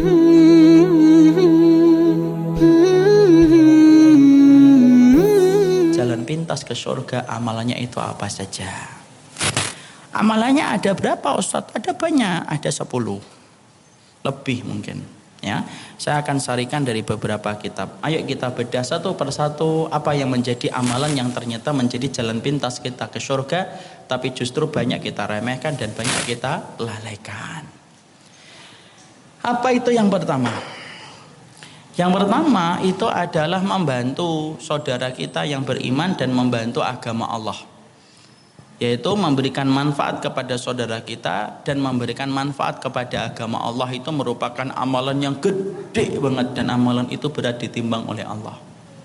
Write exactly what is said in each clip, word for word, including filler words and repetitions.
Jalan pintas ke surga amalannya itu apa saja? Amalannya ada berapa Ustadz? Ada banyak, ada sepuluh. Lebih mungkin. Ya, saya akan sarikan dari beberapa kitab. Ayo kita bedah satu persatu apa yang menjadi amalan yang ternyata menjadi jalan pintas kita ke surga, tapi justru banyak kita remehkan dan banyak kita lalaikan. Apa itu yang pertama? Yang pertama itu adalah membantu saudara kita yang beriman dan membantu agama Allah, yaitu memberikan manfaat kepada saudara kita dan memberikan manfaat kepada agama Allah. Itu merupakan amalan yang gede banget dan amalan itu berat ditimbang oleh Allah.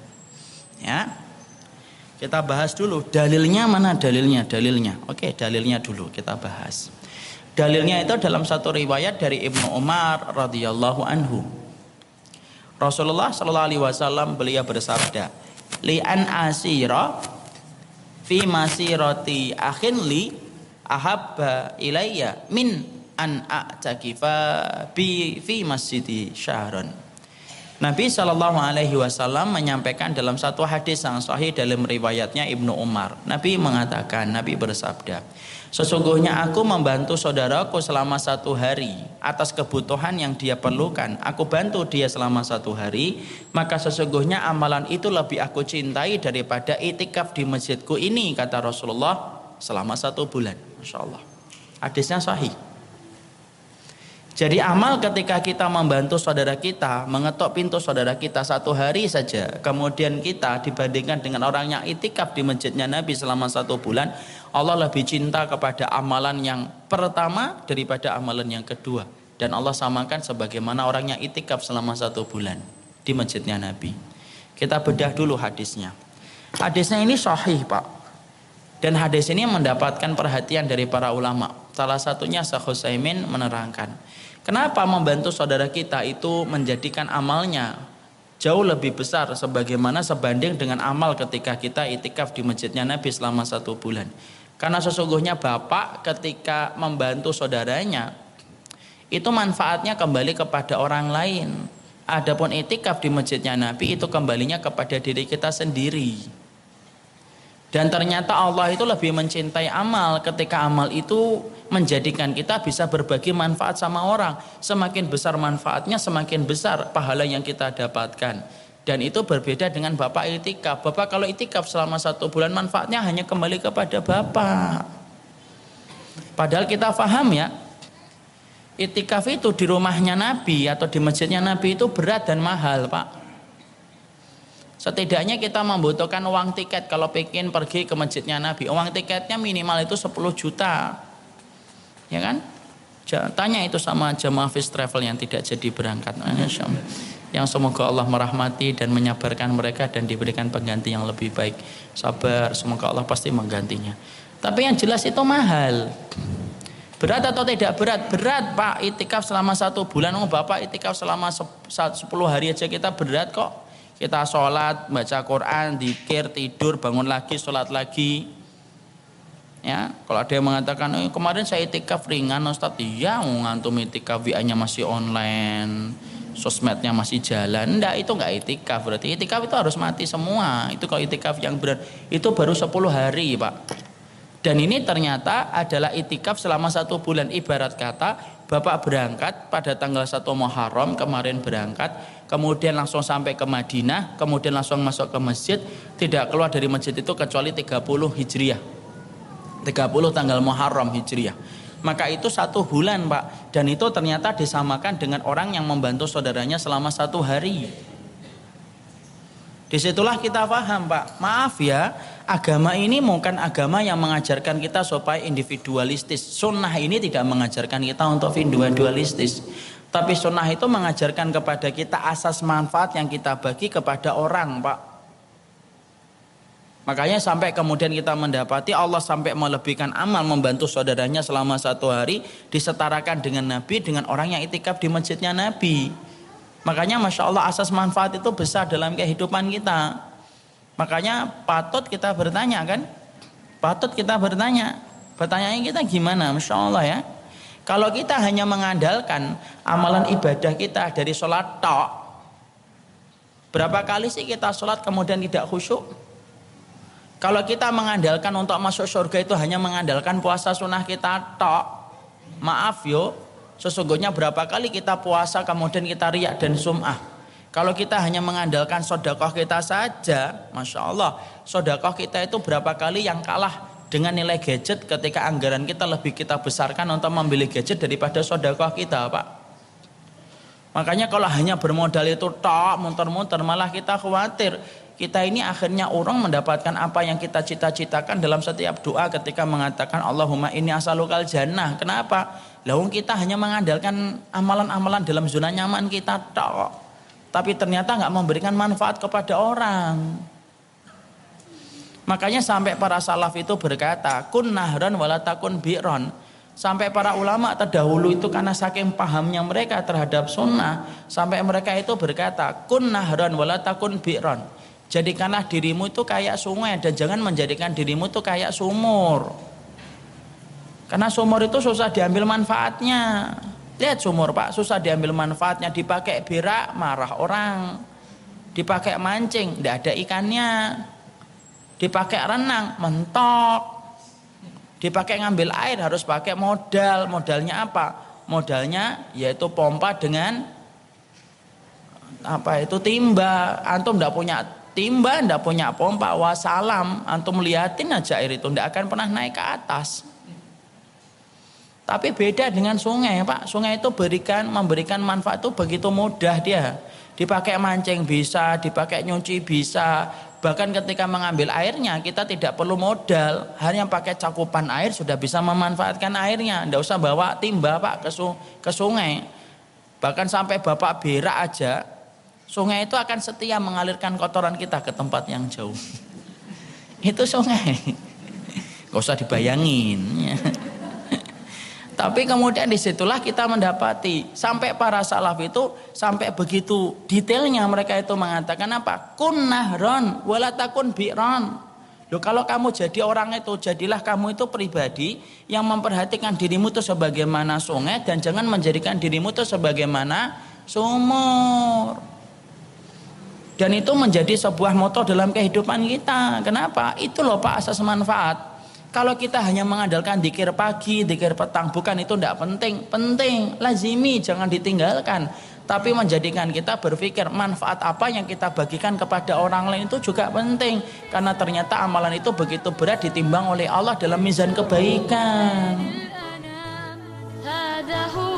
Ya, kita bahas dulu dalilnya. Mana dalilnya? Dalilnya, oke, dalilnya dulu kita bahas. Dalilnya itu dalam satu riwayat dari Ibnu Umar radhiyallahu anhu. Rasulullah shallallahu alaihi wasallam beliau bersabda, li an asira fi masirati akhin li ahabba ilayya min an a'takifa bi fi masjidi syahran. Nabi shallallahu alaihi wasallam menyampaikan dalam satu hadis yang sahih dalam riwayatnya Ibnu Umar. Nabi mengatakan, Nabi bersabda, sesungguhnya aku membantu saudaraku selama satu hari atas kebutuhan yang dia perlukan. Aku bantu dia selama satu hari, maka sesungguhnya amalan itu lebih aku cintai daripada itikaf di masjidku ini, kata Rasulullah, selama satu bulan. Masya Allah, hadisnya sahih. Jadi amal ketika kita membantu saudara kita, mengetok pintu saudara kita satu hari saja, kemudian kita dibandingkan dengan orang yang itikaf di masjidnya Nabi selama satu bulan, Allah lebih cinta kepada amalan yang pertama daripada amalan yang kedua. Dan Allah samakan sebagaimana orang yang itikaf selama satu bulan di masjidnya Nabi. Kita bedah dulu hadisnya. Hadisnya ini sahih, Pak. Dan hadis ini mendapatkan perhatian dari para ulama. Salah satunya Syekh Utsaimin menerangkan, kenapa membantu saudara kita itu menjadikan amalnya jauh lebih besar sebagaimana sebanding dengan amal ketika kita itikaf di masjidnya Nabi selama satu bulan. Karena sesungguhnya bapak ketika membantu saudaranya itu manfaatnya kembali kepada orang lain. Adapun itikaf di masjidnya Nabi itu kembalinya kepada diri kita sendiri. Dan ternyata Allah itu lebih mencintai amal ketika amal itu menjadikan kita bisa berbagi manfaat sama orang. Semakin besar manfaatnya, semakin besar pahala yang kita dapatkan. Dan itu berbeda dengan bapak itikaf. Bapak kalau itikaf selama satu bulan manfaatnya hanya kembali kepada bapak. Padahal kita paham ya, itikaf itu di rumahnya Nabi atau di masjidnya Nabi itu berat dan mahal, Pak. Setidaknya kita membutuhkan uang tiket kalau ingin pergi ke masjidnya Nabi. Uang tiketnya minimal itu sepuluh juta. Ya kan? Tanya itu sama jemaah First Travel yang tidak jadi berangkat. Yang semoga Allah merahmati dan menyabarkan mereka dan diberikan pengganti yang lebih baik. Sabar, semoga Allah pasti menggantinya. Tapi yang jelas itu mahal. Berat atau tidak berat? Berat, Pak. Itikaf selama satu bulan. Oh, Bapak itikaf selama sepuluh hari aja kita berat kok. Kita sholat, baca Quran, dzikir, tidur, bangun lagi, sholat lagi. Ya, kalau ada yang mengatakan, eh, kemarin saya itikaf ringan, Ustaz. Iya, ngantum itikaf W A-nya masih online, sosmednya masih jalan. Enggak, itu enggak itikaf. Berarti itikaf itu harus mati semua. Itu kalau itikaf yang berat, itu baru sepuluh hari, Pak. Dan ini ternyata adalah itikaf selama satu bulan. Ibarat kata, Bapak berangkat pada tanggal satu Muharram, kemarin berangkat, kemudian langsung sampai ke Madinah, kemudian langsung masuk ke masjid, tidak keluar dari masjid itu kecuali tiga puluh Hijriah. tiga puluh tanggal Muharram Hijriah. Maka itu satu bulan, Pak. Dan itu ternyata disamakan dengan orang yang membantu saudaranya selama satu hari. Disitulah kita paham, Pak. Maaf ya, agama ini bukan agama yang mengajarkan kita supaya individualistis. Sunnah ini tidak mengajarkan kita untuk individualistis. Tapi sunnah itu mengajarkan kepada kita asas manfaat yang kita bagi kepada orang, Pak. Makanya sampai kemudian kita mendapati Allah sampai melebihkan amal membantu saudaranya selama satu hari disetarakan dengan Nabi, dengan orang yang itikaf di masjidnya Nabi. Makanya Masya Allah asas manfaat itu besar dalam kehidupan kita. Makanya patut kita bertanya kan, patut kita bertanya, pertanyaannya kita gimana? Masya Allah ya. Kalau kita hanya mengandalkan amalan ibadah kita dari sholat tok, berapa kali sih kita sholat kemudian tidak khusyuk? Kalau kita mengandalkan untuk masuk surga itu hanya mengandalkan puasa sunnah kita tok, maaf yo, sesungguhnya berapa kali kita puasa kemudian kita riak dan sum'ah. Kalau kita hanya mengandalkan sodakoh kita saja, Masya Allah, sodakoh kita itu berapa kali yang kalah dengan nilai gadget ketika anggaran kita lebih kita besarkan untuk membeli gadget daripada sodakoh kita, Pak. Makanya kalau hanya bermodal itu tok, muter-muter, malah kita khawatir kita ini akhirnya orang mendapatkan apa yang kita cita-citakan dalam setiap doa ketika mengatakan Allahumma inni as'alukal jannah. Kenapa? Lawang kita hanya mengandalkan amalan-amalan dalam zona nyaman kita tok, tapi ternyata nggak memberikan manfaat kepada orang. Makanya sampai para salaf itu berkata, kun nahran wala takun bi'ron. Sampai para ulama terdahulu itu karena saking pahamnya mereka terhadap sunnah, sampai mereka itu berkata, kun nahran wala takun bi'ron. Jadikanlah dirimu itu kayak sungai dan jangan menjadikan dirimu itu kayak sumur. Karena sumur itu susah diambil manfaatnya. Lihat sumur, Pak, susah diambil manfaatnya. Dipakai berak marah orang, dipakai mancing tidak ada ikannya, dipakai renang mentok, dipakai ngambil air harus pakai modal. Modalnya apa? Modalnya yaitu pompa dengan apa itu timba. Antum tidak punya timba, tidak punya pompa, wassalam, antum liatin aja air itu tidak akan pernah naik ke atas. Tapi beda dengan sungai, Pak. Sungai itu berikan memberikan manfaat itu begitu mudah dia. Dipakai mancing bisa, dipakai nyuci bisa. Bahkan ketika mengambil airnya kita tidak perlu modal, hanya pakai cakupan air sudah bisa memanfaatkan airnya. Tidak usah bawa timba, Pak, ke, su ke sungai. Bahkan sampai bapak berak aja, sungai itu akan setia mengalirkan kotoran kita ke tempat yang jauh. Itu sungai. Gak usah dibayangin. Tapi kemudian disitulah kita mendapati sampai para salaf itu sampai begitu detailnya mereka itu mengatakan apa? Kun nahron wala takun bi'ron. Loh, kalau kamu jadi orang itu, jadilah kamu itu pribadi yang memperhatikan dirimu itu sebagaimana sungai dan jangan menjadikan dirimu itu sebagaimana sumur. Dan itu menjadi sebuah moto dalam kehidupan kita. Kenapa? Itu loh, Pak, asas manfaat. Kalau kita hanya mengandalkan dzikir pagi, dzikir petang, bukan itu tidak penting. Penting, lazimi, jangan ditinggalkan. Tapi menjadikan kita berpikir manfaat apa yang kita bagikan kepada orang lain itu juga penting. Karena ternyata amalan itu begitu berat ditimbang oleh Allah dalam mizan kebaikan.